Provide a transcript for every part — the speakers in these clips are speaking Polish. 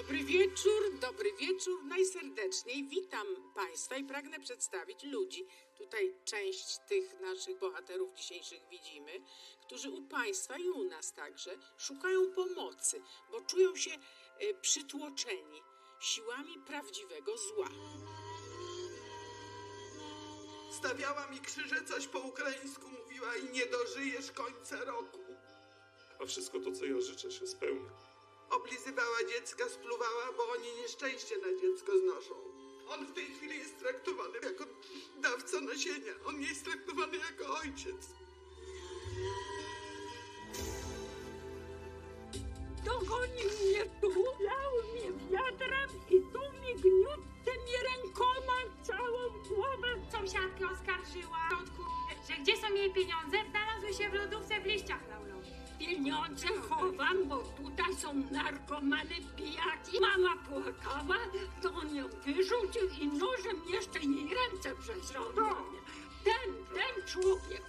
Dobry wieczór. Najserdeczniej witam Państwa i pragnę przedstawić ludzi. Tutaj część tych naszych bohaterów dzisiejszych widzimy, którzy u Państwa i u nas także szukają pomocy, bo czują się przytłoczeni siłami prawdziwego zła. Stawiała mi krzyże, coś po ukraińsku mówiła i nie dożyjesz końca roku. A wszystko to, co ja życzę, się spełnia. Oblizywała dziecka, spluwała, bo oni nieszczęście na dziecko znoszą. On w tej chwili jest traktowany jako dawca nasienia. On nie jest traktowany jako ojciec. Dogoni mnie tu, lał mnie wiatrem i tu mi gniótł tymi rękoma całą głowę. Sąsiadkę oskarżyła, że gdzie są jej pieniądze, znalazły się w lodówce w liściach laurowych. Pieniądze chowam, bo tutaj są narkomany, pijaki. Mama płakała, to on ją wyrzucił i nożem jeszcze jej ręce przesrąbał. Ten człowiek.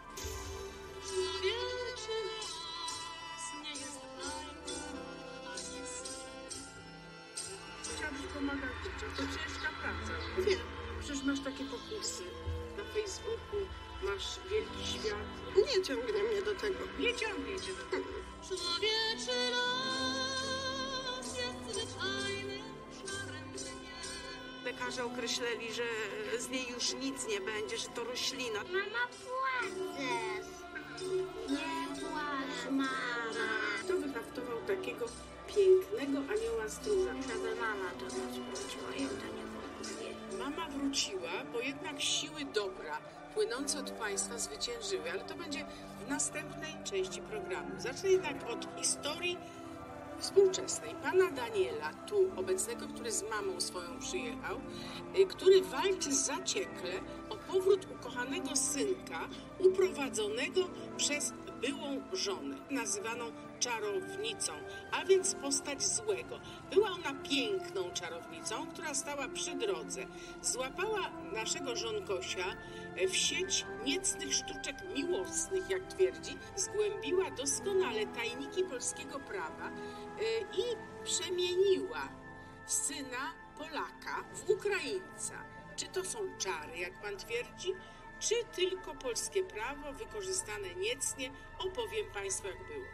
Chciałabyś pomagać dzieciom, to ciężka praca. Wiem. Przecież masz takie pokusy. Na Facebooku masz wielki świat. Nie ciągnie mnie do tego. Nie ciągnie cię do tego. Człowieczy los jest zwyczajnym szarem dnia. Lekarze określili, że z niej już nic nie będzie, że to roślina. Mama, płaczesz. Nie płacz, mama. Kto wyhaftował takiego pięknego anioła stróża? Żeby mama do nas wróciła, ja to nie wątpię. Mama wróciła, bo jednak siły dobra płynące od Państwa zwyciężyły, ale to będzie w następnej części programu. Zacznę jednak od historii współczesnej. Pana Daniela, tu obecnego, który z mamą swoją przyjechał, który walczy zaciekle o powrót ukochanego synka uprowadzonego przez byłą żonę, nazywaną czarownicą, a więc postać złego. Była ona piękną czarownicą, która stała przy drodze. Złapała naszego żonkosia w sieć niecnych sztuczek miłosnych, jak twierdzi, zgłębiła doskonale tajniki polskiego prawa i przemieniła syna Polaka w Ukraińca. Czy to są czary, jak pan twierdzi, czy tylko polskie prawo wykorzystane niecnie? Opowiem Państwu, jak było.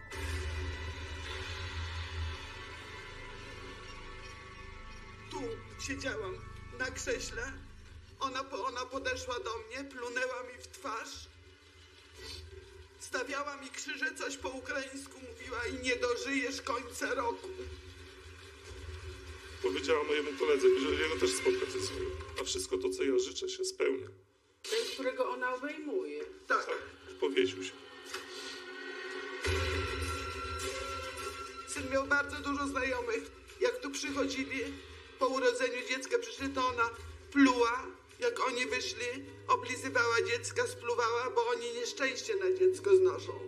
Tu siedziałam na krześle. Ona podeszła do mnie, plunęła mi w twarz. Stawiała mi krzyże, coś po ukraińsku mówiła i nie dożyjesz końca roku. Powiedziała mojemu koledze, że jego też spotka ze złem. A wszystko to, co ja życzę, się spełnia. Ten, którego ona obejmuje. Tak. Tak, powiesił się. Syn miał bardzo dużo znajomych. Jak tu przychodzili po urodzeniu dziecka, przyszli, to ona pluła. Jak oni wyszli, oblizywała dziecka, spluwała, bo oni nieszczęście na dziecko znoszą.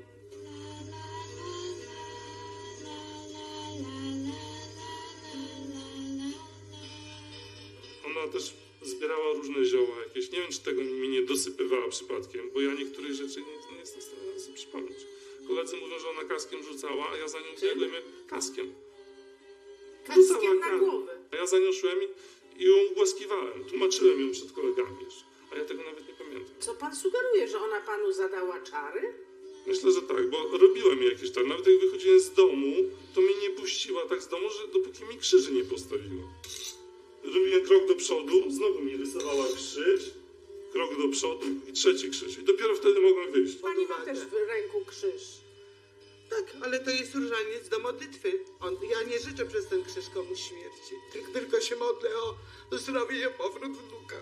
Ona też zbierała różne zioła jakieś. Nie wiem, czy tego mi nie dosypywała przypadkiem, bo ja niektórych rzeczy nie jestem w stanie sobie przypomnieć. Koledzy mówią, że ona kaskiem rzucała, a ja za nią biegłem kaskiem. Kaskiem na głowę. A ja za nią szłem i ją ugłaskiwałem. Tłumaczyłem ją przed kolegami jeszcze. A ja tego nawet nie pamiętam. Co pan sugeruje, że ona panu zadała czary? Myślę, że tak, bo robiła mi jakieś czary. Nawet jak wychodziłem z domu, to mnie nie puściła tak z domu, że dopóki mi krzyży nie postawiła. Robiłem krok do przodu, znowu mi rysowała krzyż, krok do przodu i trzeci krzyż. I dopiero wtedy mogłem wyjść. Pani ma też w ręku krzyż. Tak, ale to jest różaniec do modlitwy. Ja nie życzę przez ten krzyż komuś śmierci. Tylko się modlę o zdrowie i o powrót wnuka.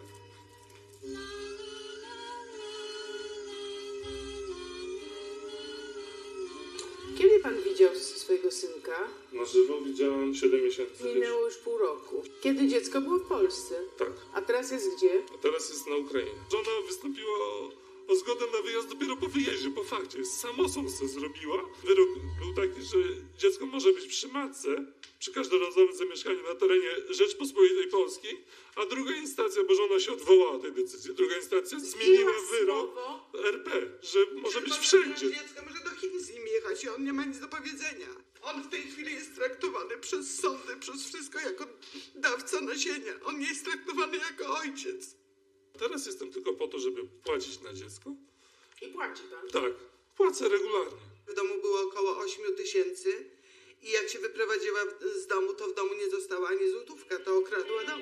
Kiedy pan widział swojego synka? Na żywo widziałem 7 miesięcy. Minęło już pół roku. Kiedy dziecko było w Polsce? Tak. A teraz jest gdzie? A teraz jest na Ukrainie. Żona wystąpiła o zgodę na wyjazd dopiero po wyjeździe, po fakcie. Samosąd se zrobiła. Wyrok był taki, że dziecko może być przy matce, przy każdorazowym zamieszkaniu na terenie Rzeczpospolitej Polskiej, a druga instancja, bo żona się odwołała tej decyzji, druga instancja zmieniła wyrok RP, że może być wszędzie. Dziecko może do Chin z nim jechać i on nie ma nic do powiedzenia. On w tej chwili jest traktowany przez sądy, przez wszystko jako dawca nasienia. On nie jest traktowany jako ojciec. Teraz jestem tylko po to, żeby płacić na dziecko. I płaci pan. Tak, płacę regularnie. W domu było około 8 000 i jak się wyprowadziła z domu, to w domu nie została ani złotówka. To okradła dom.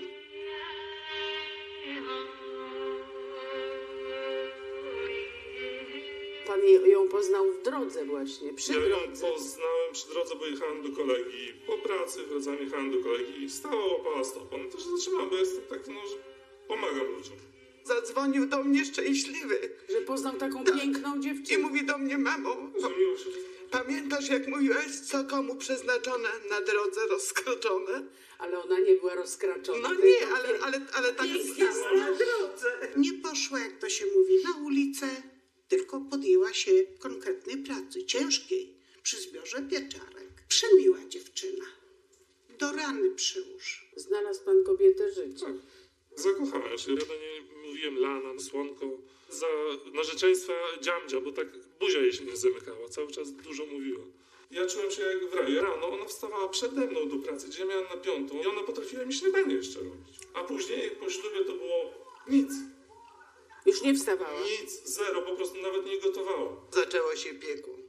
Pan ją poznał w drodze właśnie, przy Ja ją drodze. poznałem przy drodze, bo jechałem do kolegi. Po pracy wracałem, jechałem do kolegi i stała, łapała stopą. No to się zatrzymałem, bo ja jestem taki, no, że pomagam ludziom. Zadzwonił do mnie szczęśliwy Że poznał taką piękną i dziewczynę. mówi do mnie: mamo, Że miło się... pamiętasz jak mówiłeś, co komu przeznaczone na drodze rozkroczone? Ale ona nie była rozkraczona. No nie, ale tak jest na drodze. Nie poszła, jak to się mówi, na ulicę, tylko podjęła się konkretnej pracy, ciężkiej, przy zbiorze pieczarek. Przemiła dziewczyna. Do rany przyłóż. Znalazł pan kobietę życia. Tak. Zakochałem się. Ja do niej mówiłem Lana, słonko. Za narzeczeństwa dziamdzia, bo tak buzia jej się nie zamykała. Cały czas dużo mówiła. Ja czułem się jak w raju. Rano ona wstawała przede mną do pracy, gdzie ja miałem na 5 i ona potrafiła mi śniadanie jeszcze robić. A później po ślubie to było nic. Już nie wstawała. Nic, zero, po prostu nawet nie gotowała. Zaczęło się piekło.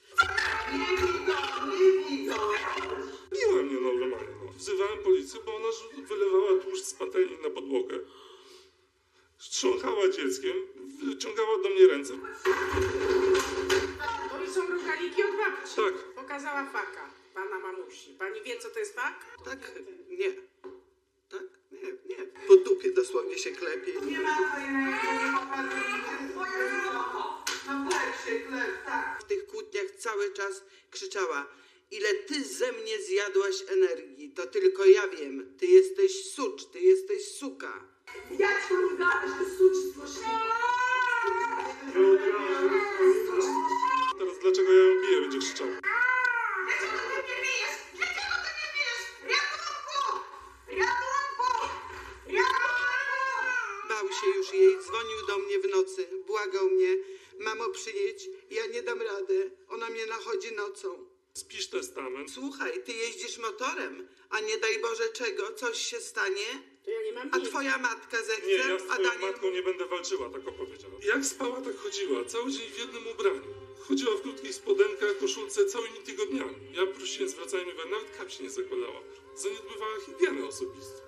Biła mnie normalnie. No. Wzywałem policję, bo ona wylewała tłuszcz z patelni na podłogę. Strząchała dzieckiem, wyciągała do mnie ręce. To są rogaliki od babci. Tak. Pokazała faka pana mamusi. Pani wie, co to jest fak? Tak? Nie. Tak? Nie. Po dupie dosłownie się klepie. Nie ma w tych kłótniach cały czas krzyczała: ile ty ze mnie zjadłaś energii, to tylko ja wiem. Ty jesteś sucz, ty jesteś suka. Teraz dlaczego ja ją biję, będzie krzyczała. Bał się już jej, dzwonił do mnie w nocy, błagał mnie: mamo, przyjedź, ja nie dam rady, ona mnie nachodzi nocą. Spisz testament. Słuchaj, ty jeździsz motorem, a nie daj Boże czego, coś się stanie, To ja nie mam a nic. twoja matka zechce, Nie, ja z a twoją Daniel... matką nie będę walczyła, tak opowiedziała. Jak spała, tak chodziła. Cały dzień w jednym ubraniu. Chodziła w krótkich spodenkach, koszulce całymi tygodniami. Ja prosiłem, zwracałem uwagę, nawet kapci nie zakładała. Zaniedbywała higienę osobistą.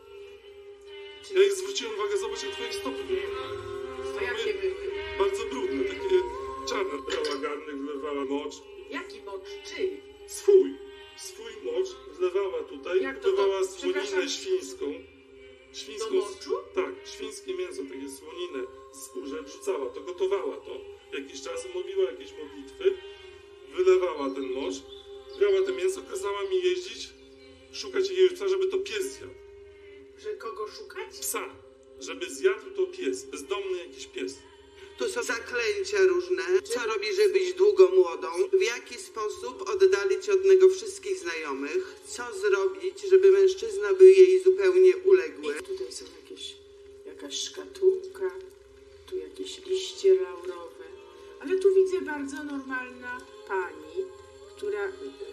Ja jej zwróciłem uwagę, zobacz, jak twoje stopy wyglądają. To jakie były? Bardzo brudne, takie czarne. Brała garnek, wlewała mocz. Jaki mocz? Czyj? Swój mocz wlewała tutaj, Jak to wlewała to? słoninę Przepraszam. świńską. Do moczu? Tak, świńskie mięso, takie słoninę z skórze wrzucała to, gotowała to. Jakiś czas mówiła jakieś modlitwy, wylewała ten mocz, brała to mięso, kazała mi jeździć, szukać jakiegoś psa, żeby to pies zjadł. Że kogo szukać? Psa, żeby zjadł to pies, bezdomny jakiś pies. Tu są zaklęcia różne, co robi, żebyś długo młodą, w jaki sposób oddalić od niego wszystkich znajomych, co zrobić, żeby mężczyzna był jej zupełnie uległy. I tutaj są jakaś szkatułka, tu jakieś liście laurowe. Ale tu widzę bardzo normalna pani, która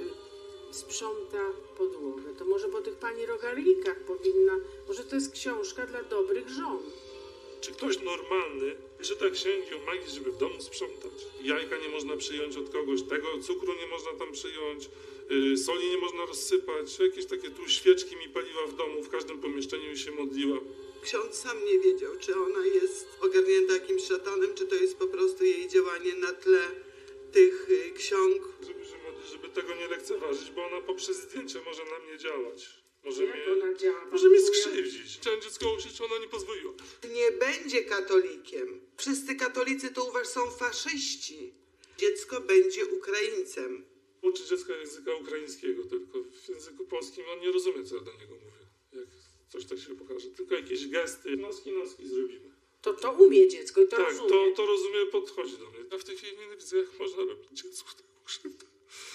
sprząta podłogę. To może po tych pani rogalikach powinna, może to jest książka dla dobrych żon. Czy ktoś normalny czyta księgi o magii, żeby w domu sprzątać? Jajka nie można przyjąć od kogoś, tego cukru nie można tam przyjąć, soli nie można rozsypać, jakieś takie tu świeczki mi paliła w domu, w każdym pomieszczeniu i się modliła. Ksiądz sam nie wiedział, czy ona jest ogarnięta jakimś szatanem, czy to jest po prostu jej działanie na tle tych ksiąg. Żeby tego nie lekceważyć, bo ona poprzez zdjęcie może na mnie działać. Może Jak ona działa? może mnie skrzywdzić. Chciałem dziecko uczyć, ona nie pozwoliła. Nie będzie katolikiem. Wszyscy katolicy to uważ są faszyści. Dziecko będzie Ukraińcem. Uczy dziecka języka ukraińskiego tylko. W języku polskim on nie rozumie, co ja do niego mówię. Jak coś tak się pokaże. Tylko jakieś gesty. Noski zrobimy. To umie dziecko i to Tak, rozumie. to rozumie, podchodzi do mnie. Ja w tej chwili nie widzę, jak można robić dziecku taką krzywdę.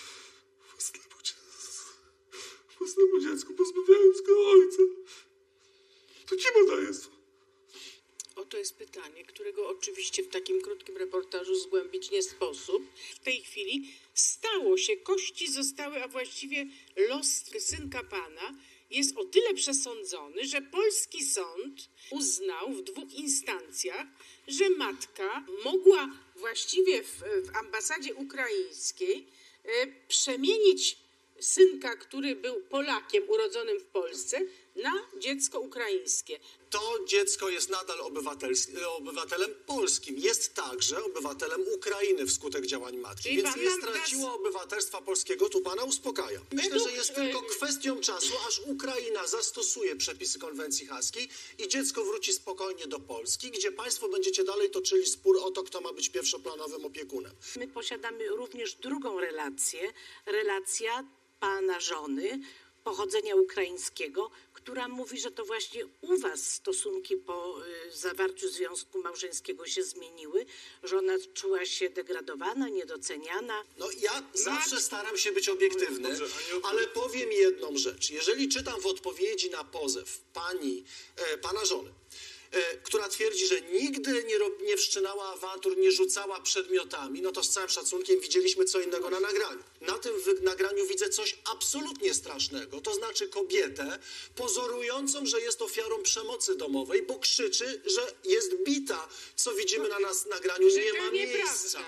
Własnemu dziecku, pozbawiając go ojca. To kim ona jest? Od Oto jest pytanie, którego oczywiście w takim krótkim reportażu zgłębić nie sposób. W tej chwili stało się, kości zostały, a właściwie los synka pana jest o tyle przesądzony, że polski sąd uznał w 2 instancjach, że matka mogła właściwie w ambasadzie ukraińskiej przemienić synka, który był Polakiem urodzonym w Polsce, na dziecko ukraińskie. To dziecko jest nadal obywatelem polskim. Jest także obywatelem Ukrainy wskutek działań matki. Czyli Więc nie straciło obywatelstwa polskiego, tu pana uspokajam. Myślę, że jest tylko kwestią czasu, aż Ukraina zastosuje przepisy konwencji haskiej i dziecko wróci spokojnie do Polski, gdzie państwo będziecie dalej toczyli spór o to, kto ma być pierwszoplanowym opiekunem. My posiadamy również drugą relację. Relacja pana żony, pochodzenia ukraińskiego, która mówi, że to właśnie u was stosunki po zawarciu związku małżeńskiego się zmieniły, że ona czuła się degradowana, niedoceniana. No ja zawsze staram się być obiektywny, ale powiem jedną rzecz. Jeżeli czytam w odpowiedzi na pozew pana żony, która twierdzi, że nigdy nie wszczynała awantur, nie rzucała przedmiotami, no to z całym szacunkiem widzieliśmy co innego na nagraniu. Na tym nagraniu widzę coś absolutnie strasznego, to znaczy kobietę pozorującą, że jest ofiarą przemocy domowej, bo krzyczy, że jest bita, co widzimy na nagraniu, nie ma miejsca.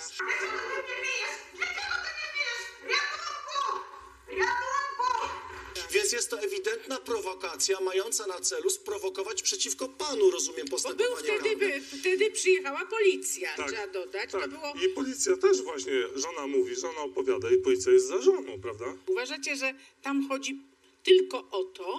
Więc jest to ewidentna prowokacja mająca na celu sprowokować przeciwko panu, rozumiem, postępowanie karne. Wtedy przyjechała policja, Tak, trzeba dodać. tak. To było... I policja też właśnie, żona mówi, żona opowiada i policja jest za żoną, prawda? Uważacie, że tam chodzi tylko o to,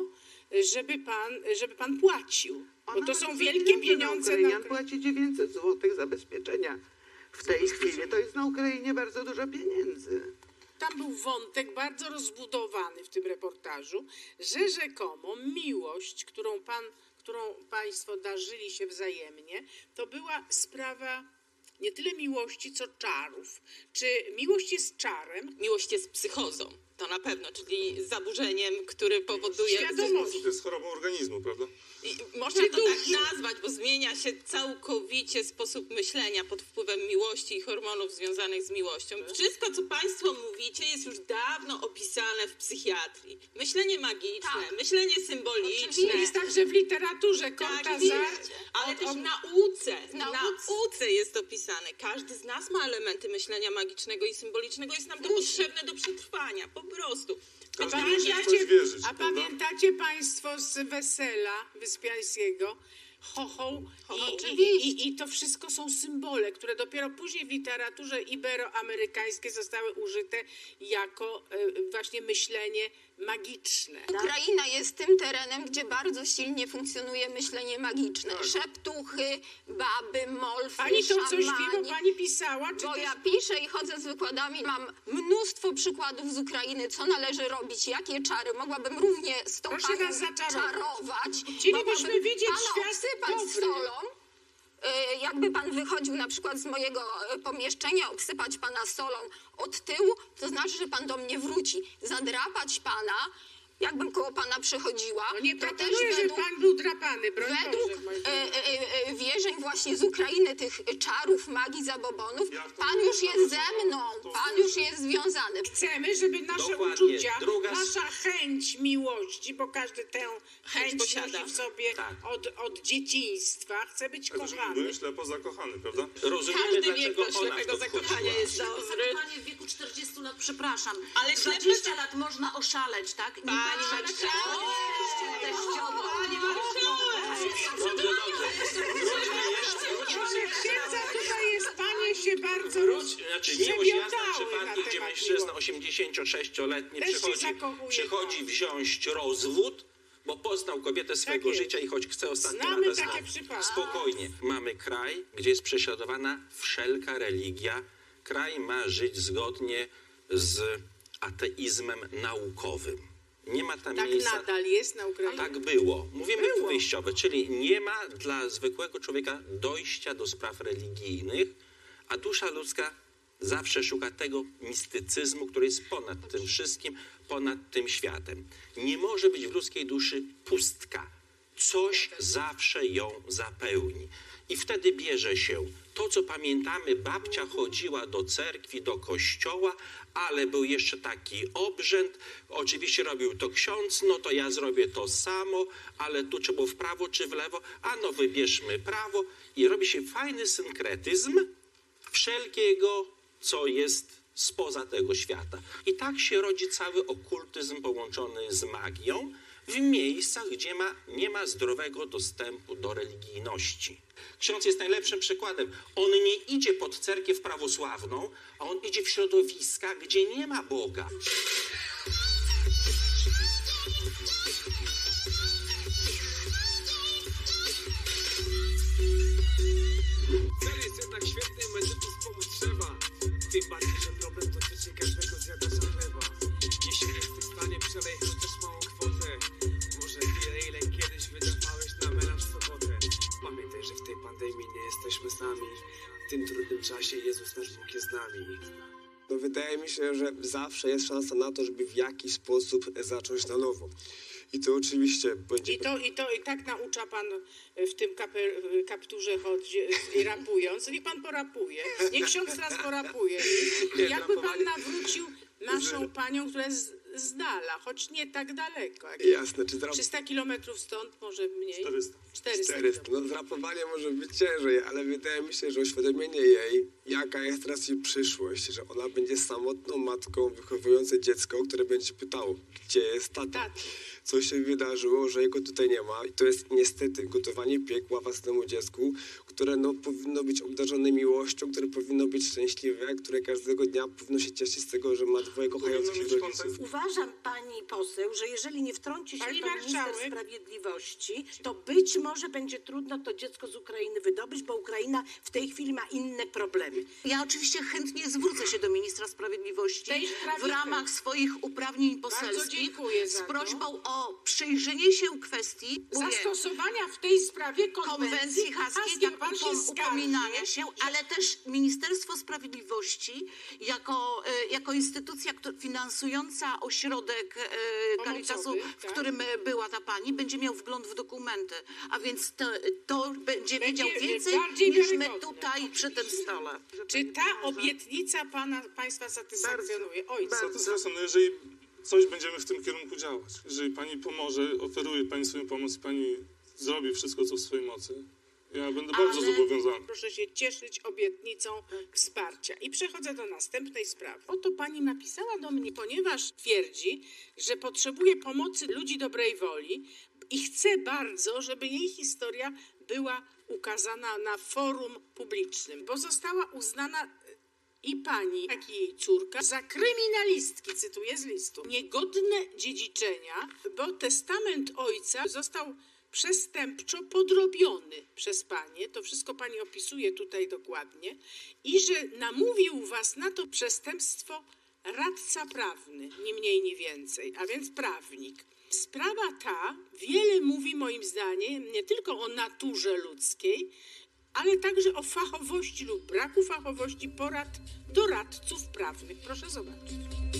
żeby pan płacił? Bo to są wielkie pieniądze. Ukrainian płaci 900 zł zabezpieczenia. W tej chwili to jest na Ukrainie bardzo dużo pieniędzy. Tam był wątek bardzo rozbudowany w tym reportażu, że rzekomo miłość, którą państwo darzyli się wzajemnie, to była sprawa nie tyle miłości, co czarów. Czy miłość jest czarem? Miłość jest psychozą, to na pewno, czyli zaburzeniem, który powoduje... Świadomość. To jest choroba organizmu, prawda? I można to tak nazwać, bo zmienia się całkowicie sposób myślenia pod wpływem miłości i hormonów związanych z miłością. Wszystko, co państwo mówicie, jest już dawno opisane w psychiatrii. Myślenie magiczne, myślenie symboliczne. Jest także w literaturze Cortázar. Ale też w nauce. W nauce jest opisane. Każdy z nas ma elementy myślenia magicznego i symbolicznego. Jest nam to potrzebne do przetrwania, po prostu. A pamiętacie państwo z Wesela Wyspiańskiego? Chochoł. I to wszystko są symbole, które dopiero później w literaturze iberoamerykańskiej zostały użyte jako właśnie myślenie magiczne. Ukraina jest tym terenem, gdzie bardzo silnie funkcjonuje myślenie magiczne. Tak. Szeptuchy, baby, molfy, pani to szamani. coś wie, bo pani pisała? Czy bo też... ja piszę i chodzę z wykładami. Mam mnóstwo przykładów z Ukrainy, co należy robić, jakie czary. Mogłabym równie z tą panią czarować. Chcielibyśmy widzieć pana obsypać solą. Jakby pan wychodził na przykład z mojego pomieszczenia, obsypać pana solą od tyłu, to znaczy, że pan do mnie wróci. Zadrapać pana, jakbym koło pana przechodziła. No nie to proponuję, też żeby pan był drapany, według wierzeń właśnie z Ukrainy, tych czarów, magii, zabobonów, pan już jest ze mną, pan już jest związany. Chcemy, żeby nasze uczucia, nasza chęć miłości, bo każdy tę chęć nosi w sobie od dzieciństwa, chce być kochany. Byłem ślepo zakochany, prawda? Rozumiemy, dlaczego ślepego zakochania jest dobry. Zakochanie w wieku 40 lat, przepraszam, ale 20 lat można oszaleć, tak? Pani marszałek! Tutaj jest, panie się bardzo miłość jasna przypadki, gdzie mężczyzna 86-letni przychodzi wziąć rozwód, bo poznał kobietę swego życia i choć chce ostatnio raz spokojnie. Mamy kraj, gdzie jest prześladowana wszelka religia. Kraj ma żyć zgodnie z ateizmem naukowym. Nie ma tam miejsca. Tak nadal jest na Ukrainie. Tak było. Mówimy wyjściowe, czyli nie ma dla zwykłego człowieka dojścia do spraw religijnych, a dusza ludzka zawsze szuka tego mistycyzmu, który jest ponad tym wszystkim, ponad tym światem. Nie może być w ludzkiej duszy pustka. Coś zawsze ją zapełni. I wtedy bierze się to, co pamiętamy, babcia chodziła do cerkwi, do kościoła, ale był jeszcze taki obrzęd, oczywiście robił to ksiądz, no to ja zrobię to samo, ale tu czy było w prawo, czy w lewo, a no wybierzmy prawo i robi się fajny synkretyzm wszelkiego, co jest spoza tego świata. I tak się rodzi cały okultyzm połączony z magią w miejscach, gdzie nie ma zdrowego dostępu do religijności. Ksiądz jest najlepszym przykładem. On nie idzie pod cerkiew prawosławną, a on idzie w środowiska, gdzie nie ma Boga. Cel jest jednak świetny, medyków pomóc trzeba. Tym bardziej, że problem dotyczy każdego zjadacza chleba. Jeśli nie jesteś w stanie przelej chociaż małą kwotę, może tyle, ile kiedyś wydawałeś na melanż w sobotę. Pamiętaj, że w tej pandemii nie jesteśmy sami. W tym trudnym czasie Jezus nasz Bóg jest z nami. No wydaje mi się, że zawsze jest szansa na to, żeby w jakiś sposób zacząć na nowo. I to oczywiście będzie... I tak naucza pan w tym kapturze i rapując. Niech pan porapuje. Niech ksiądz teraz porapuje. Jakby pan nawrócił naszą panią, która jest z dala, choć nie tak daleko. Jasne. 300 kilometrów stąd, może mniej. 400. No zrapowanie może być ciężej, ale wydaje mi się, że uświadomienie jej, jaka jest teraz jej przyszłość, że ona będzie samotną matką wychowującą dziecko, które będzie pytało, gdzie jest tata. Co się wydarzyło, że jego tutaj nie ma. I to jest niestety gotowanie piekła własnemu dziecku, które powinno być obdarzone miłością, które powinno być szczęśliwe, które każdego dnia powinno się cieszyć z tego, że ma dwoje kochających się rodziców. Uważam, pani poseł, że jeżeli nie wtrąci się to minister sprawiedliwości, to być może będzie trudno to dziecko z Ukrainy wydobyć, bo Ukraina w tej chwili ma inne problemy. Ja oczywiście chętnie zwrócę się do ministra sprawiedliwości w ramach swoich uprawnień poselskich z prośbą o przyjrzenie się kwestii zastosowania w tej sprawie konwencji haskiej, upominania się, ale też Ministerstwo Sprawiedliwości jako instytucja finansująca ośrodek Caritasu, w którym była ta pani, będzie miał wgląd w dokumenty, a więc to będzie wiedział więcej niż my tutaj przy tym stole. Czy ta obietnica państwa satysfakcjonuje? Satysfakcjonuje, jeżeli coś będziemy w tym kierunku działać. Jeżeli pani pomoże, oferuje pani swoją pomoc, pani zrobi wszystko, co w swojej mocy, ja będę bardzo zobowiązany. Proszę się cieszyć obietnicą wsparcia. I przechodzę do następnej sprawy. Oto pani napisała do mnie, ponieważ twierdzi, że potrzebuje pomocy ludzi dobrej woli i chce bardzo, żeby jej historia była ukazana na forum publicznym, bo została uznana i pani, jak i jej córka, za kryminalistki, cytuję z listu, niegodne dziedziczenia, bo testament ojca został przestępczo podrobiony przez panię, to wszystko pani opisuje tutaj dokładnie, i że namówił was na to przestępstwo radca prawny, ni mniej, ni więcej, a więc prawnik. Sprawa ta wiele mówi moim zdaniem nie tylko o naturze ludzkiej, ale także o fachowości lub braku fachowości doradców prawnych. Proszę zobaczyć.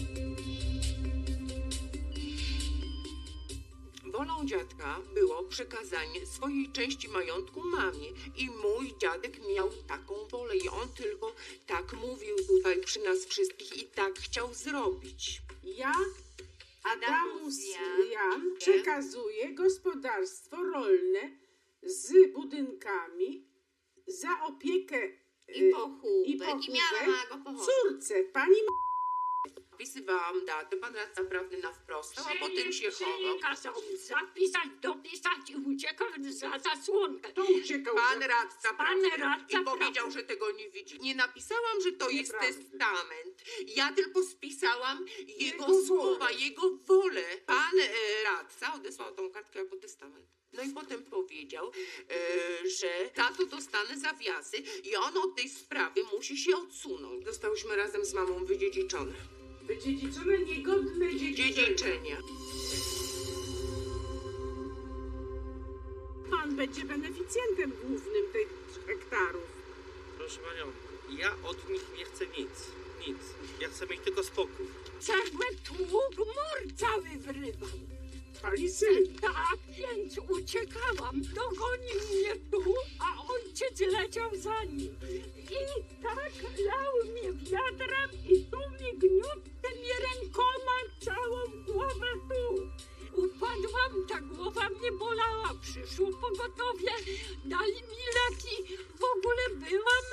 Wolą dziadka było przekazanie swojej części majątku mamie i mój dziadek miał taką wolę i on tylko tak mówił tutaj przy nas wszystkich i tak chciał zrobić. Ja, Adamus Jan, przekazuję gospodarstwo rolne z budynkami za opiekę i pochówek córce, pani Wpisywałam datę, pan radca prawny na wprost, a potem się chował. Kazał dopisać i uciekał za zasłonkę. To uciekał. Pan radca i powiedział, że tego nie widzi. Nie napisałam, że to jest testament. Ja tylko spisałam jego słowa, jego wolę. Pan radca odesłał tą kartkę jako testament. No i potem powiedział, że tato dostanę zawiasy i on od tej sprawy musi się odsunąć. Zostałyśmy razem z mamą wydziedziczone. Wydziedziczone niegodne dziedziczenia. Pan będzie beneficjentem głównym tych hektarów. Proszę panią, ja od nich nie chcę nic. Ja chcę mieć tylko spokój. Cały tłuk mur cały wyrywam. pani syn. Tak, więc uciekałam. Dogonił mnie tu, a ojciec leciał za nim. I tak lał mnie wiatrem i tu mi gniótł tymi rękoma całą głowę tu. Upadłam, ta głowa mnie bolała. Przyszło pogotowie, dali mi leki. W ogóle byłam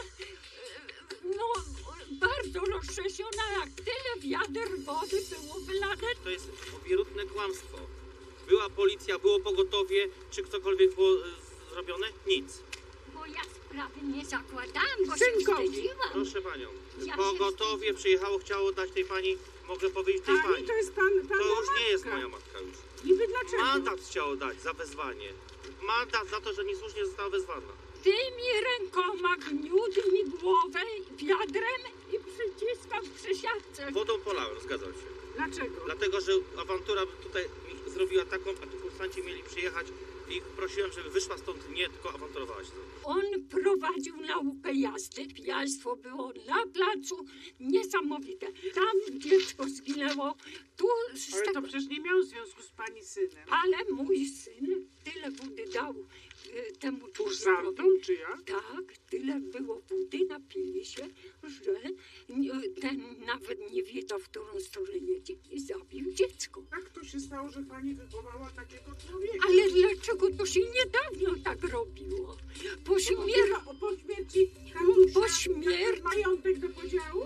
bardzo roztrzęsiona, jak tyle wiader wody było wylane. To jest obietne kłamstwo. Była policja, było pogotowie, czy cokolwiek było zrobione? Nic. Bo ja sprawy nie zakładałam, bo się wstydziłam. Proszę panią, Ja pogotowie przyjechało, chciało dać tej pani, mogę powiedzieć tej pani. To jest pana To już matka. nie jest moja matka już. Niby dlaczego? Mandat chciało dać za wezwanie. Mandat za to, że niesłusznie została wezwana. Tymi rękoma gniótł mi głowę wiadrem i przyciskał przy siatce. Wodą polałem, zgadzam się. Dlaczego? Dlatego, że awantura tutaj mi zrobiła taką, a tu kursanci mieli przyjechać i prosiłem, żeby wyszła stąd, nie tylko awanturowała się. On prowadził naukę jazdy. Pijaństwo było na placu niesamowite. Tam dziecko zginęło. Tu Ale to przecież nie miał związku z pani synem. Ale mój syn tyle wody dał temu Kursantom, czy jak? Tak, tyle było wody, napili się, że ten nawet nie wiedział, w którą stronę jedzie i zabił dziecko. Jak to się stało, że pani wychowała takiego człowieka? Ale dlaczego to się niedawno tak robiło? Po śmierci... Po śmierci Po śmierci... Majątek do podziału?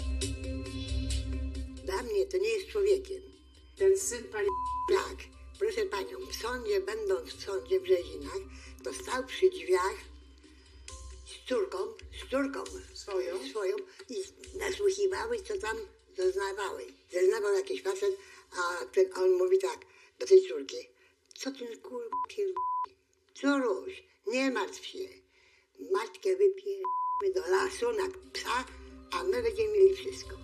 Dla mnie to nie jest człowiekiem. Ten syn pani... Tak, proszę panią, w sądzie, będąc w sądzie w Brzezinach, to stał przy drzwiach z córką swoją i nasłuchiwały, co tam doznawały. Zeznawał jakiś facet, a on mówi tak do tej córki: co ten co rusz, nie martw się, matkę wypieramy do lasu na psa, a my będziemy mieli wszystko.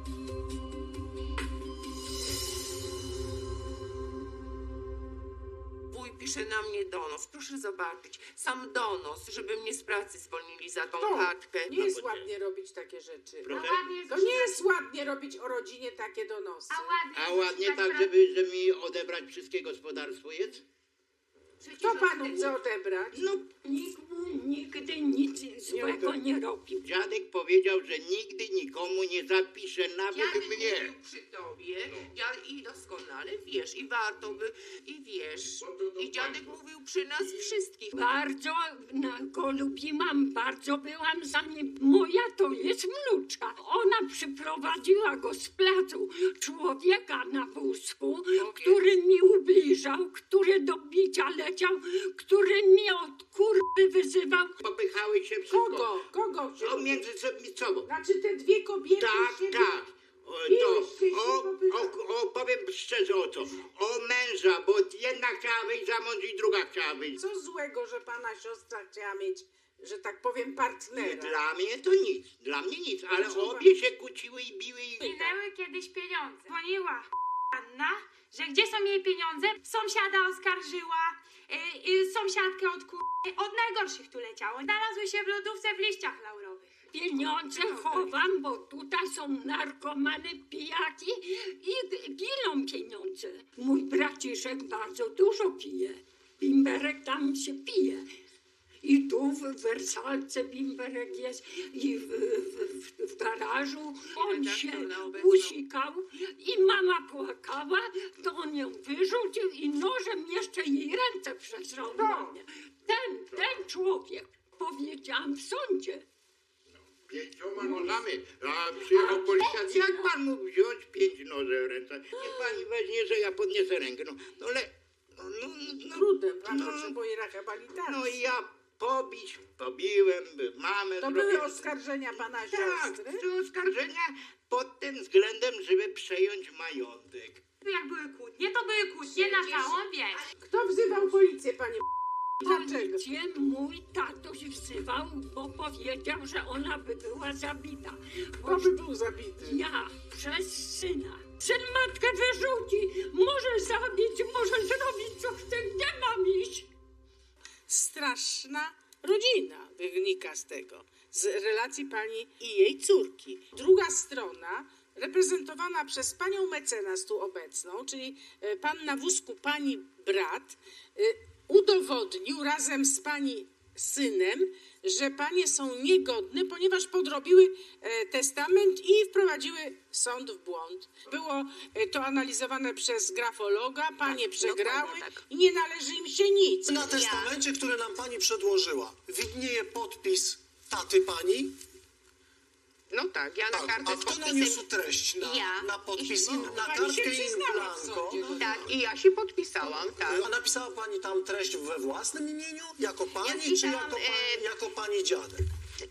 Wuj pisze na mnie donos, proszę zobaczyć, sam donos, żeby mnie z pracy zwolnili za tą To kartkę. nie jest ładnie robić takie rzeczy. Proszę? To nie jest ładnie robić o rodzinie takie donosy. A ładnie tak, żeby mi odebrać wszystkie gospodarstwo jest? Kto panu chce odebrać? No, nikt mu nigdy nic złego nie robił. Dziadek powiedział, że nigdy nikomu nie zapisze, nawet Dziadek mnie. mówił przy tobie, i doskonale wiesz, i warto by, i wiesz. I dziadek mówił przy nas wszystkich. Bardzo go lubiłam, bardzo byłam za nim. Moja to jest wnuczka. Ona przyprowadziła go z placu, człowieka na wózku, który mi ubliżał, który do bicia leciał, który mnie od kurwy wyzywał. Popychały się wszystko. Kogo? O, między sobą. Znaczy te dwie kobiety się... Tak. Powiem szczerze o co. O męża, bo jedna chciała wyjść za mąż i druga chciała wyjść. Co złego, że pana siostra chciała mieć, że tak powiem, partnera? Dla mnie to nic. Dla mnie nic, ale obie się kłóciły i biły. Minęły kiedyś pieniądze. Dzwoniła Anna, że gdzie są jej pieniądze? Sąsiada oskarżyła, sąsiadkę od najgorszych tu leciało. Znalazły się w lodówce w liściach laurowych. Pieniądze chowam, bo tutaj są narkomany, pijaki i giną pieniądze. Mój braciszek bardzo dużo pije. Bimberek tam się pije. I tu w Wersalce bimberek jest i w garażu. On się usikał i mama płakała, to on ją wyrzucił i nożem jeszcze jej ręce przesrał. Ten człowiek, powiedziałam w sądzie. 5 nożami, a przyjechał policjant. Jak pan mógł wziąć 5 noży w ręce? Niech pani weźmie, że ja podniosę rękę. Trudem, pan potrzebuje rehabilitacji. No i ja pobiłem mamę. To były oskarżenia pana siostry? Tak, to oskarżenia pod tym względem, żeby przejąć majątek. Jak były kłótnie, to były kłótnie na całą wieś. Kto wzywał policję, panie? Policję mój tatuś wzywał, bo powiedział, że ona by była zabita. Kto by był zabity? Ja, przez syna. Syn matkę wyrzuci, może zabić, może zrobić co chce, gdzie mam iść? Straszna rodzina wynika z tego, z relacji pani i jej córki. Druga strona reprezentowana przez panią mecenas tu obecną, czyli pan na wózku, pani brat, udowodnił razem z pani synem, że panie są niegodne, ponieważ podrobiły testament i wprowadziły sąd w błąd. Było to analizowane przez grafologa, panie przegrały i nie należy im się nic. Na testamencie, który nam pani przedłożyła, widnieje podpis taty pani? No tak, ja na kartę A kto naniósł treść na podpis, na kartkę in blanco? Tak, i ja się podpisałam, tak. A napisała pani tam treść we własnym imieniu? Jako pani, czy jako pani dziadek?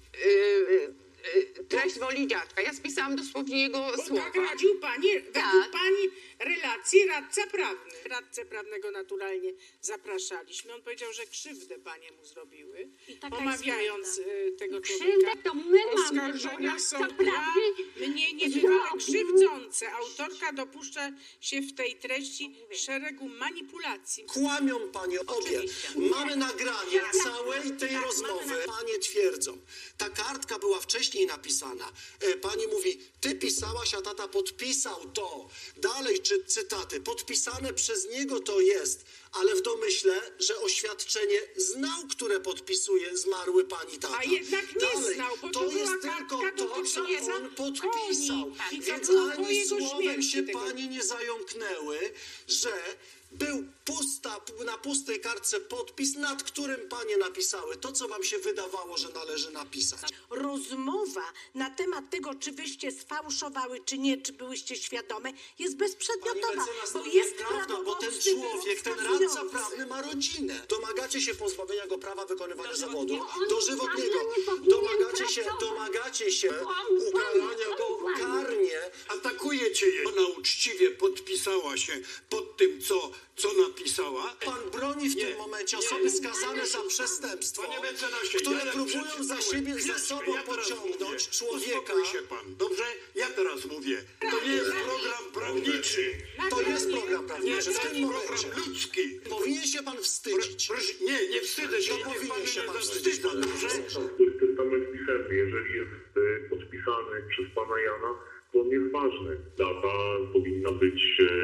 Treść woli dziadka. Ja spisałam dosłownie jego słowa. Tak radził pani, według pani relacji radca prawny. Radcę prawnego naturalnie zapraszaliśmy. On powiedział, że krzywdę panie mu zrobiły, omawiając tego człowieka. To my mamy, Oskarżenia są radca dla prawny mnie niebywale krzywdzące. Autorka dopuszcza się w tej treści szeregu manipulacji. Kłamią panie obie. Mamy nagranie całej tej rozmowy. Panie twierdzą, ta kartka była wcześniej napisana. Pani mówi, ty pisałaś, a tata podpisał to. Dalej cytaty. Podpisane przez niego to jest, ale w domyśle, że oświadczenie znał, które podpisuje zmarły pani tata. A jednak nie Dalej, znał, bo to to była jest tylko kartka to, co dotycząca on podpisał. koni. I to Więc było po ani jego słowem śmierci się tego. pani nie zająknęły, że był na pustej kartce podpis, nad którym panie napisały to, co wam się wydawało, że należy napisać. Rozmowa na temat tego, czy wyście sfałszowały, czy nie, czy byłyście świadome, jest bezprzedmiotowa, bo jest Prawda, bo ten prawomocny człowiek, ten wyrok radca skazujący. prawny ma rodzinę. Domagacie się pozbawienia go prawa wykonywania zawodu On dożywotniego. nie powinien Domagacie się On ukarania go karnie. Atakujecie jej. Ona uczciwie podpisała się pod tym, co napisała. Pan broni w tym momencie osoby skazane za przestępstwo, Panie mecenasie, które ja próbują przeczytałem. za sobą pociągnąć człowieka. Uspokój się pan, dobrze? Ja teraz mówię. To nie jest program prawniczy. To jest program prawniczy w tym momencie. Program ludzki. Powinien się pan wstydzić. Proszę, nie wstydzę się. To Niech pan powinien się mnie pan nie wstydzić, zawstydza, pan dobrze? Testament pisemny, jeżeli jest podpisany przez pana Jana, to on jest ważny. Data powinna być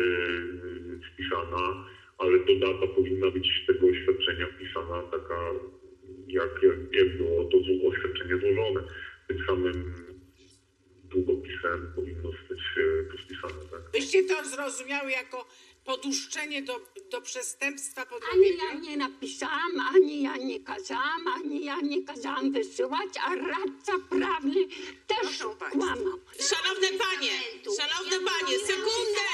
wpisana, ale to data powinna być tego oświadczenia wpisana taka, jak było to oświadczenie złożone. Tym samym długopisem powinno być to wpisane, tak? Byście to zrozumiały jako poduszczenie do przestępstwa Ani podrobienia? ja nie napisałam, ani ja nie kazałam wysyłać, a radca prawny też kłamał. Szanowne panie, sekundę!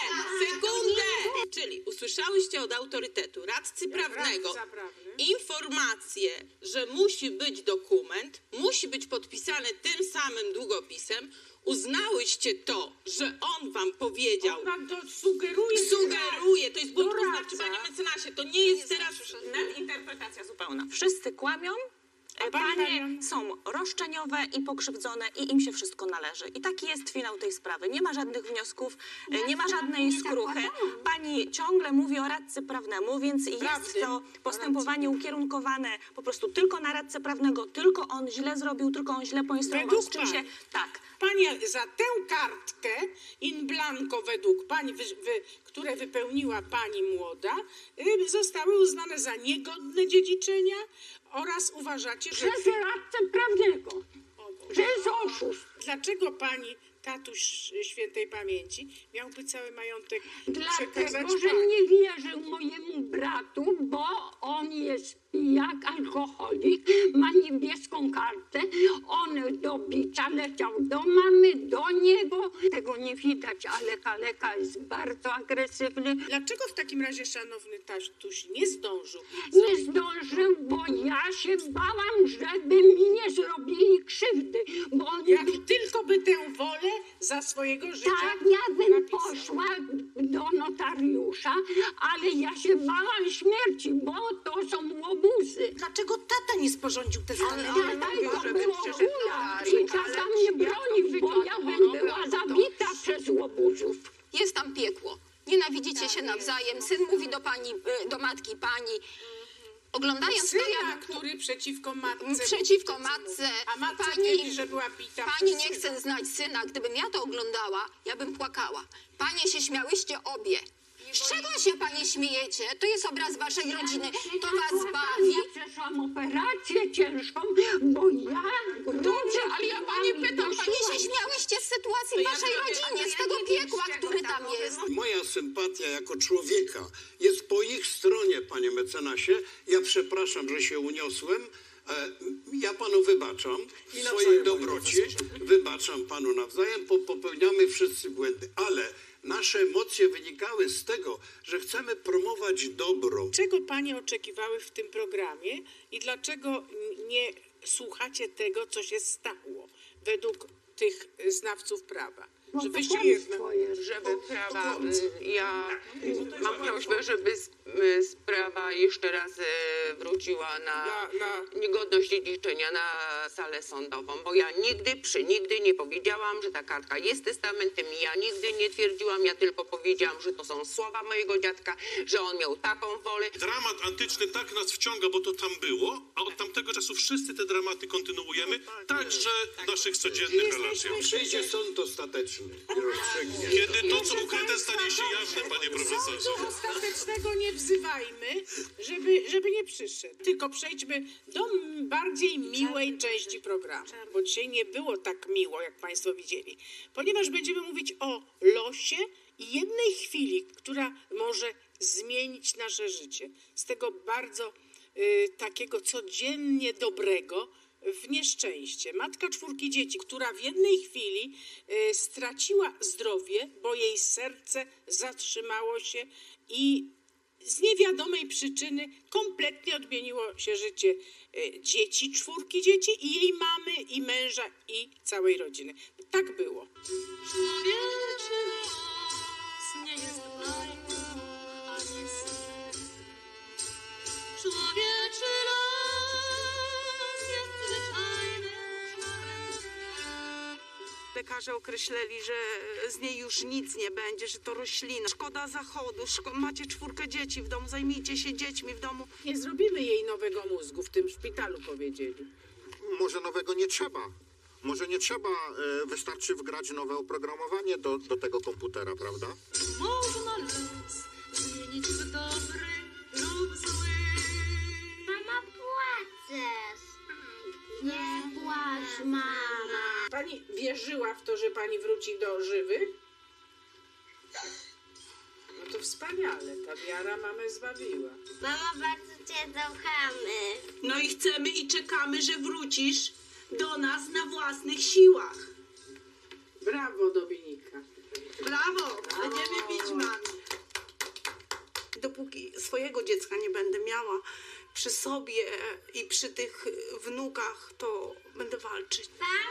Czyli usłyszałyście od autorytetu, radcy prawnego, informację, że musi być dokument, musi być podpisany tym samym długopisem. Uznałyście to, że on wam powiedział. On wam to sugeruje. Sugeruje, to jest błąd, to znaczy, panie mecenasie, to nie jest teraz Nadinterpretacja zupełna. Wszyscy kłamią, panie są roszczeniowe i pokrzywdzone i im się wszystko należy. I taki jest finał tej sprawy. Nie ma żadnych wniosków, nie ma żadnej skruchy. Pani ciągle mówi o radcy prawnemu, więc jest to postępowanie ukierunkowane po prostu tylko na radcę prawnego. Tylko on źle zrobił, tylko on źle poinstruował. Z czym się... Tak. Pani za tę kartkę in blanco według pani, które wypełniła pani młoda, zostały uznane za niegodne dziedziczenia oraz uważacie, że... Przez radcę prawnego, że jest oszust. Dlaczego pani tatuś świętej pamięci miałby cały majątek przekazać Dlatego, że pani? nie wierzył mojemu bratu, bo on jest pijak, alkoholik, ma niebieską kartę, on do bicia leciał do mamy, do niego. Tego nie widać, ale kaleka jest bardzo agresywny. Dlaczego w takim razie szanowny tatuś nie zdążył? Nie zdążył, bo ja się bałam, żeby mi nie zrobili krzywdy. Bo on... Jak tylko by tę wolę za swojego życia Tak, ja bym poszła do notariusza, ale ja się bałam śmierci, bo to są łobuzy. Dlaczego tata nie sporządził testamentu? Ale i tata mnie broni, bo ja bym była zabita przez łobuzów. Jest tam piekło. Nienawidzicie się nawzajem. Syn mówi do pani, do matki pani. oglądając to, Syna, który przeciwko matce... Przeciwko matce. A matka Pani- twierdzi, że była bita. Pani przez nie syna. chce znać syna. Gdybym ja to oglądała, ja bym płakała. Panie się śmiałyście obie. Z czego się panie śmiejecie? To jest obraz waszej rodziny. To was bawi. Ja przeszłam operację ciężką, bo ja... Dobrze, ale ja pani pytam. Panie się śmiałyście z sytuacji w waszej rodzinie, z tego piekła, który tam jest. Moja sympatia jako człowieka jest po ich stronie, panie mecenasie. Ja przepraszam, że się uniosłem. Ja panu wybaczam w swojej dobroci. Wybaczam panu nawzajem. Popełniamy wszyscy błędy, ale nasze emocje wynikały z tego, że chcemy promować dobro. Czego panie oczekiwały w tym programie i dlaczego nie słuchacie tego, co się stało według tych znawców prawa? No Że to wyście żeby prawa, ja mam prośbę, żeby sprawa jeszcze raz wróciła na niegodność dziedziczenia na salę sądową, bo ja nigdy nie powiedziałam, że ta kartka jest testamentem, ja nigdy nie twierdziłam, ja tylko powiedziałam, że to są słowa mojego dziadka, że on miał taką wolę. Dramat antyczny tak nas wciąga, bo to tam było, a od tamtego czasu wszyscy te dramaty kontynuujemy, także w naszych codziennych relacjach. Przyjdzie sąd ostateczny i rozstrzygnie. Kiedy to, co ukryte, stanie się jawne, panie profesorze. Sądu ostatecznego nie wzywajmy, żeby nie przyszedł. Tylko przejdźmy do bardziej miłej części programu, bo dzisiaj nie było tak miło, jak państwo widzieli, ponieważ będziemy mówić o losie i jednej chwili, która może zmienić nasze życie. Z tego bardzo takiego codziennie dobrego w nieszczęście. Matka 4 dzieci, która w jednej chwili straciła zdrowie, bo jej serce zatrzymało się i z niewiadomej przyczyny kompletnie odmieniło się życie dzieci, 4 dzieci i jej mamy, i męża, i całej rodziny. Tak było. Człowieczy los nie jest bajką, ani sen. Człowieczy los jest zwyczajnym czarem dnia. Lekarze określili, że z niej już nic nie będzie, że to roślina. Szkoda zachodu, macie 4 dzieci w domu, zajmijcie się dziećmi w domu. Nie zrobimy jej nowego mózgu, w tym szpitalu powiedzieli. Może nowego nie trzeba. Może nie trzeba, wystarczy wgrać nowe oprogramowanie do tego komputera, prawda? Można los zmienić w dobry lub zły. Mama, płaczesz. Nie płacz, mama. Pani wierzyła w to, że pani wróci do żywych? No to wspaniale, ta wiara mamę zbawiła. Mama, bardzo cię kochamy. No i chcemy i czekamy, że wrócisz do nas na własnych siłach. Brawo, Dominika. Brawo! Będziemy bić mami. Dopóki swojego dziecka nie będę miała przy sobie i przy tych wnukach, to będę walczyć.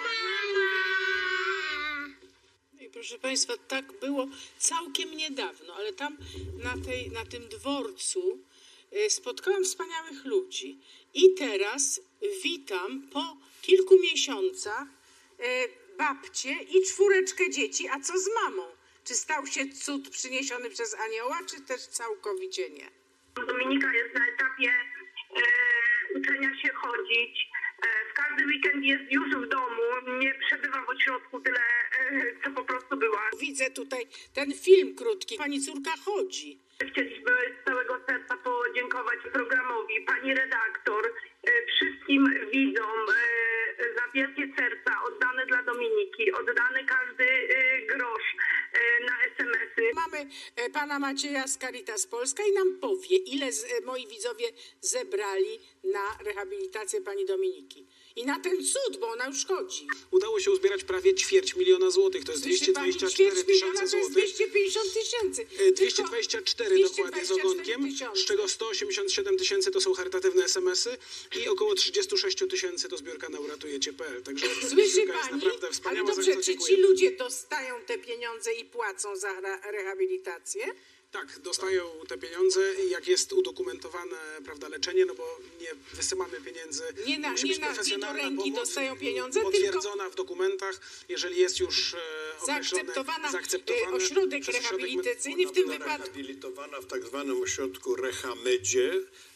I proszę państwa, tak było całkiem niedawno, ale tam na tym dworcu spotkałam wspaniałych ludzi. I teraz witam po kilku miesiącach babcię i 4 dzieci. A co z mamą? Czy stał się cud przyniesiony przez anioła, czy też całkowicie nie? Dominika jest na etapie uczenia się chodzić. W każdy weekend jest już w domu, nie przebywa w ośrodku tyle, co po prostu była. Widzę tutaj ten film krótki. Pani córka chodzi. Chcieliśmy z całego serca podziękować programowi, pani redaktor, wszystkim widzom za wielkie serca oddane dla Dominiki, oddany każdy grosz na SMS-y. Mamy pana Macieja z Caritas Polska i nam powie, ile moi widzowie zebrali na rehabilitację pani Dominiki. I na ten cud, bo ona już chodzi. Udało się uzbierać prawie 250 000 złotych, to jest 224 tysiące złotych. 250 tysięcy. 224 dokładnie z ogonkiem, z czego 187 tysięcy to są charytatywne SMS-y i około 36 tysięcy to zbiórka na uratujecie.pl. Także Słyszy zbiórka jest pani? naprawdę wspaniała. Ale dobrze, czy ci ludzie dostają te pieniądze i płacą za rehabilitację? Tak, dostają te pieniądze i jak jest udokumentowane, prawda, leczenie, no bo nie wysyłamy pieniędzy, musi być profesjonalna ręki pomoc, dostają pieniądze, potwierdzona w dokumentach, jeżeli jest już zaakceptowana zaakceptowany ośrodek rehabilitacyjny, w tym wypadku Rehabilitowana w tak zwanym ośrodku Rehamedzie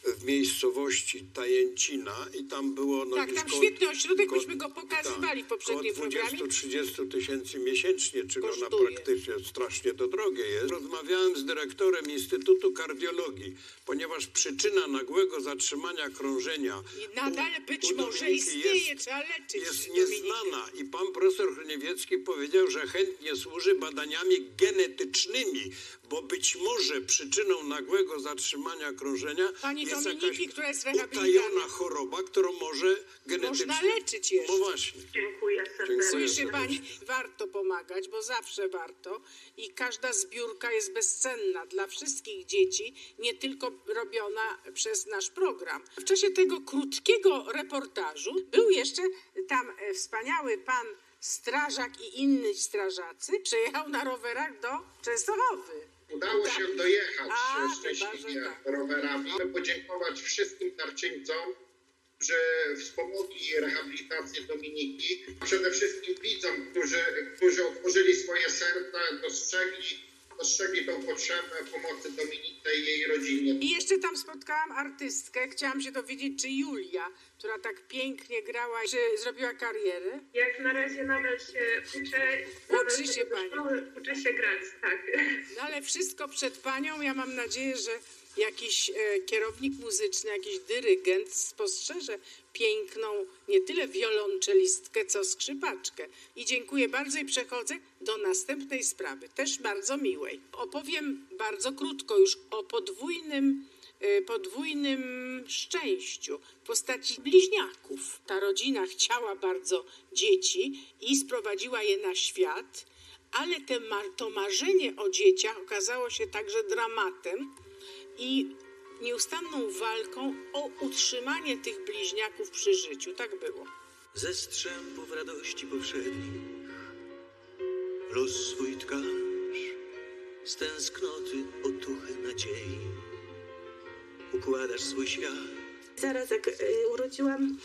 w miejscowości Tajęcina i tam było... No, Tak, tam świetny ośrodek, myśmy go pokazywali w poprzednim programie. 20-30 tysięcy miesięcznie, czyli ona Kosztuje. praktycznie strasznie to drogie jest. Rozmawiałem z dyrektorem Instytutu Kardiologii, ponieważ przyczyna nagłego zatrzymania krążenia I nadal być u może Dominiki istnieje, trzeba leczyć jest Dominikę. nieznana i pan profesor Hryniewiecki powiedział, że chętnie służy badaniami genetycznymi, bo być może przyczyną nagłego zatrzymania krążenia Pani jest Dominiki, jakaś która jest utajona rehabilitowana. choroba, którą może genetycznie... Można leczyć jeszcze. No właśnie. Dziękuję serdecznie. Słyszy pani, warto pomagać, bo zawsze warto i każda zbiórka jest bezcenna dla wszystkich dzieci, nie tylko robiona przez nasz program. W czasie tego krótkiego reportażu był jeszcze tam wspaniały pan strażak i inni strażacy, przyjechał na rowerach do Częstochowy. Udało się dojechać chyba, szczęśliwie że tak. rowerami. Chcę podziękować wszystkim darczyńcom, że wspomogli rehabilitację Dominiki. Przede wszystkim widzom, którzy otworzyli swoje serca, dostrzegli tą potrzebę pomocy Dominice i jej rodzinie. I jeszcze tam spotkałam artystkę, chciałam się dowiedzieć, czy Julia, która tak pięknie grała, czy zrobiła karierę. Jak na razie nadal się uczę. Uczy się pani. Uczę się grać, tak. No ale wszystko przed panią. Ja mam nadzieję, że jakiś kierownik muzyczny, jakiś dyrygent spostrzeże piękną nie tyle wiolonczelistkę, co skrzypaczkę. I dziękuję bardzo i przechodzę do następnej sprawy, też bardzo miłej. Opowiem bardzo krótko już o podwójnym szczęściu w postaci bliźniaków. Ta rodzina chciała bardzo dzieci i sprowadziła je na świat, ale to marzenie o dzieciach okazało się także dramatem i nieustanną walką o utrzymanie tych bliźniaków przy życiu. Tak było. Ze strzępów radości powszednich los swój tkasz, z tęsknoty otuchy nadziei układasz swój świat. Zaraz jak urodziłam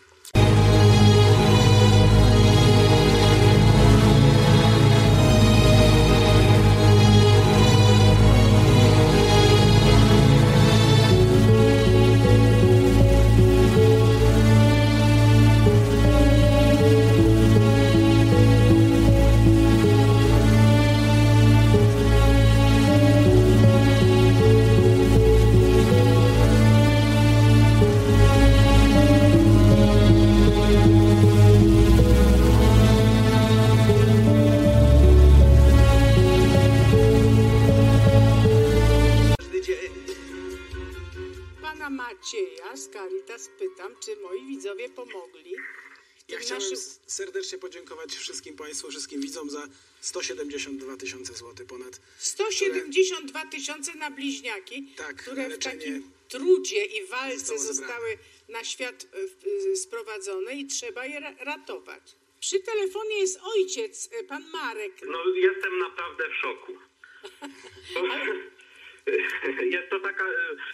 Pana Macieja z Caritas pytam, czy moi widzowie pomogli. Ja chciałem serdecznie podziękować wszystkim Państwu, wszystkim widzom za 172 tysiące złotych ponad. 172 tysiące na bliźniaki, które w takim trudzie i walce zostały na świat sprowadzone i trzeba je ratować. Przy telefonie jest ojciec, pan Marek. No jestem naprawdę w szoku. Jest to taka...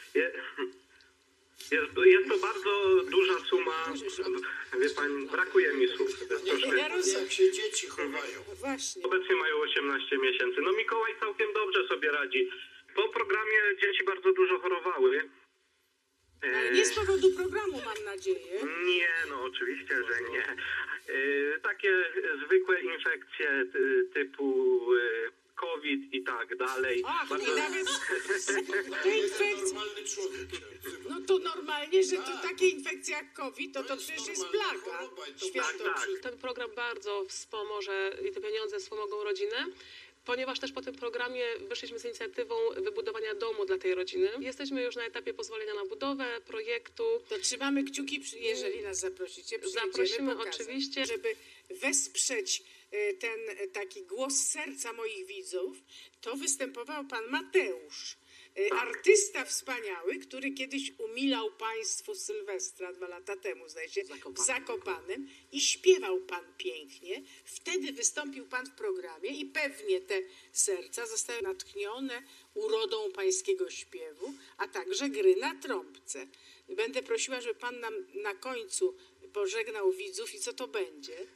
Jest to bardzo duża suma. Wie pani, brakuje mi słów. Jak się dzieci chowają. Właśnie. Obecnie mają 18 miesięcy. No Mikołaj całkiem dobrze sobie radzi. Po programie dzieci bardzo dużo chorowały. Ale nie z powodu programu, mam nadzieję. Nie, no oczywiście, że nie. Takie zwykłe infekcje typu COVID i tak dalej. Ach, i nawet te infekcje... No to normalnie, że to takie infekcje jak COVID, to przecież jest plaga światowa. Ten program bardzo wspomoże i te pieniądze wspomogą rodzinę, ponieważ też po tym programie wyszliśmy z inicjatywą wybudowania domu dla tej rodziny. Jesteśmy już na etapie pozwolenia na budowę projektu. To trzymamy kciuki, jeżeli nas zaprosicie. Zaprosimy oczywiście. Żeby wesprzeć ten taki głos serca moich widzów, to występował pan Mateusz. Artysta wspaniały, który kiedyś umilał państwu Sylwestra 2 lata temu, zdaje się, w Zakopanem i śpiewał pan pięknie. Wtedy wystąpił pan w programie i pewnie te serca zostały natchnione urodą pańskiego śpiewu, a także gry na trąbce. Będę prosiła, żeby pan nam na końcu pożegnał widzów i co to będzie?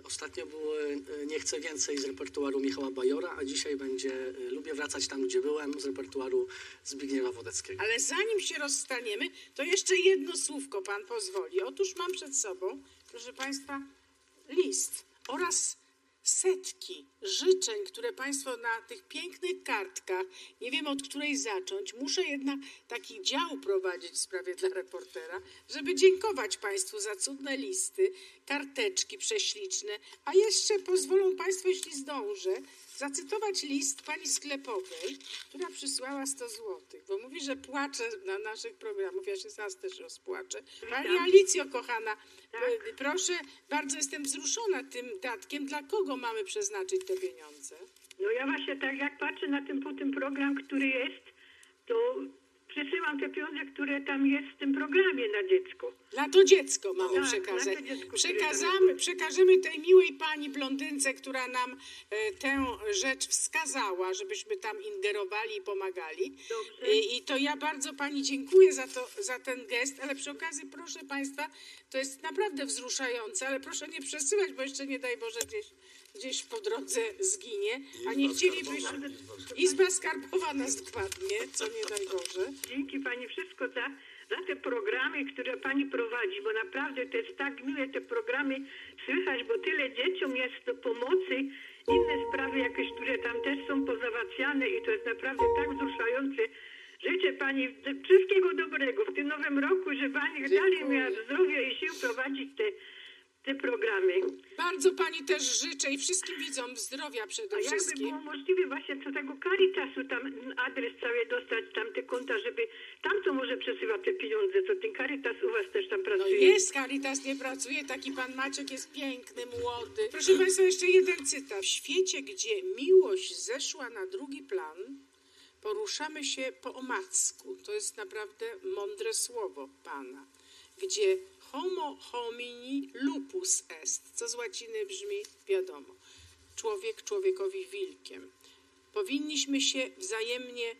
Ostatnio było Nie chcę więcej z repertuaru Michała Bajora, a dzisiaj będzie Lubię wracać tam, gdzie byłem z repertuaru Zbigniewa Wodeckiego. Ale zanim się rozstaniemy, to jeszcze jedno słówko pan pozwoli. Otóż mam przed sobą, proszę państwa, list oraz setki życzeń, które państwo na tych pięknych kartkach, nie wiem od której zacząć, muszę jednak taki dział prowadzić w sprawie dla reportera, żeby dziękować państwu za cudne listy, karteczki prześliczne, a jeszcze pozwolą państwo, jeśli zdążę, zacytować list pani sklepowej, która przysłała 100 złotych, bo mówi, że płacze na naszych programach. Ja się zaraz też rozpłaczę. Pani Alicjo, kochana, proszę, bardzo jestem wzruszona tym datkiem. Dla kogo mamy przeznaczyć te pieniądze? No ja właśnie tak jak patrzę na ten program, który jest, to przesyłam te pieniądze, które tam jest w tym programie na dziecko. Na to dziecko mamy przekazać. Przekażemy tej miłej pani blondynce, która nam tę rzecz wskazała, żebyśmy tam ingerowali i pomagali. I to ja bardzo pani dziękuję za ten gest, ale przy okazji proszę państwa, to jest naprawdę wzruszające, ale proszę nie przesyłać, bo jeszcze nie daj Boże gdzieś po drodze zginie, a nie chcielibyśmy... Izba Skarbowa nas dokładnie, co nie daj Boże. Dzięki pani wszystko za te programy, które pani prowadzi, bo naprawdę to jest tak miłe te programy słychać, bo tyle dzieciom jest do pomocy, inne sprawy jakieś, które tam też są pozałatwiane i to jest naprawdę tak wzruszające. Życzę pani wszystkiego dobrego w tym nowym roku, żeby pani dalej miała zdrowie i sił prowadzić te programy. Bardzo pani też życzę i wszystkim widzom zdrowia przede wszystkim. A jakby było możliwe właśnie co tego Caritasu, tam adres cały dostać, tam te konta, żeby tam to może przesyłać te pieniądze, co ten Caritas u was też tam pracuje. No jest, Caritas nie pracuje, taki pan Maciek jest piękny, młody. Proszę państwa, jeszcze jeden cytat. W świecie, gdzie miłość zeszła na drugi plan, poruszamy się po omacku. To jest naprawdę mądre słowo pana. Gdzie homo homini lupus est, co z łaciny brzmi wiadomo. Człowiek człowiekowi wilkiem. Powinniśmy się wzajemnie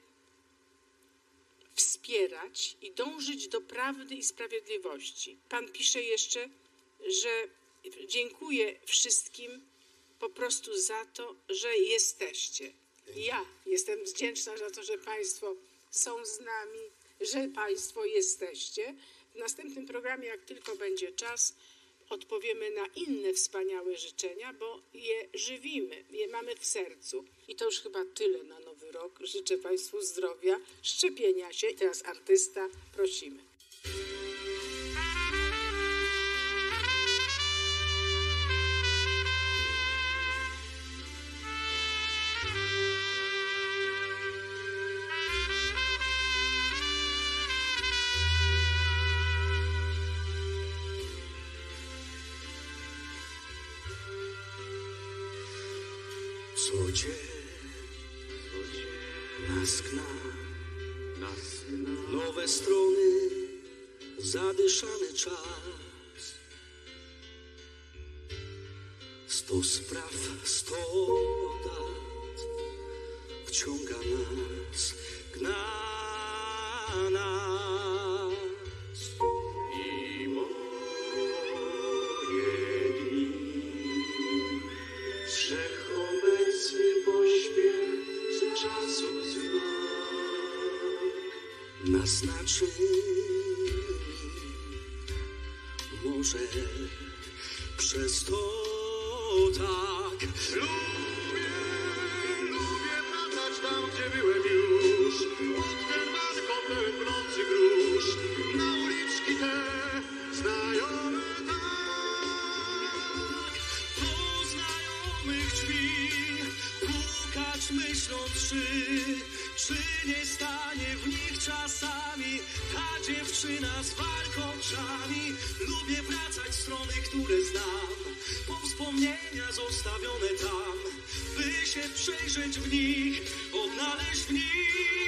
wspierać i dążyć do prawdy i sprawiedliwości. Pan pisze jeszcze, że dziękuję wszystkim po prostu za to, że jesteście. Ja jestem wdzięczna za to, że państwo są z nami, że państwo jesteście. W następnym programie, jak tylko będzie czas, odpowiemy na inne wspaniałe życzenia, bo je żywimy, je mamy w sercu. I to już chyba tyle na Nowy Rok. Życzę państwu zdrowia, szczepienia się. Teraz artysta, prosimy. Co dzień nas gna, nowe strony, zadyszany czas. 100 spraw, 100 dat wciąga nas, gna nas. I moje dni wszechobecny pośpiech z czasu znak naznaczyli. Może przez to tak lubię wracać tam, gdzie byłem już, pod ten balkon pełnący grusz, na uliczki te znajome tak, do znajomych drzwi pukać myśląc, czy nie stanie w nich czasami ta dziewczyna z warkoczami. Lubię wracać w strony, które znam, po wspomnienia zostawione tam, by się przejrzeć w nich, odnaleźć w nich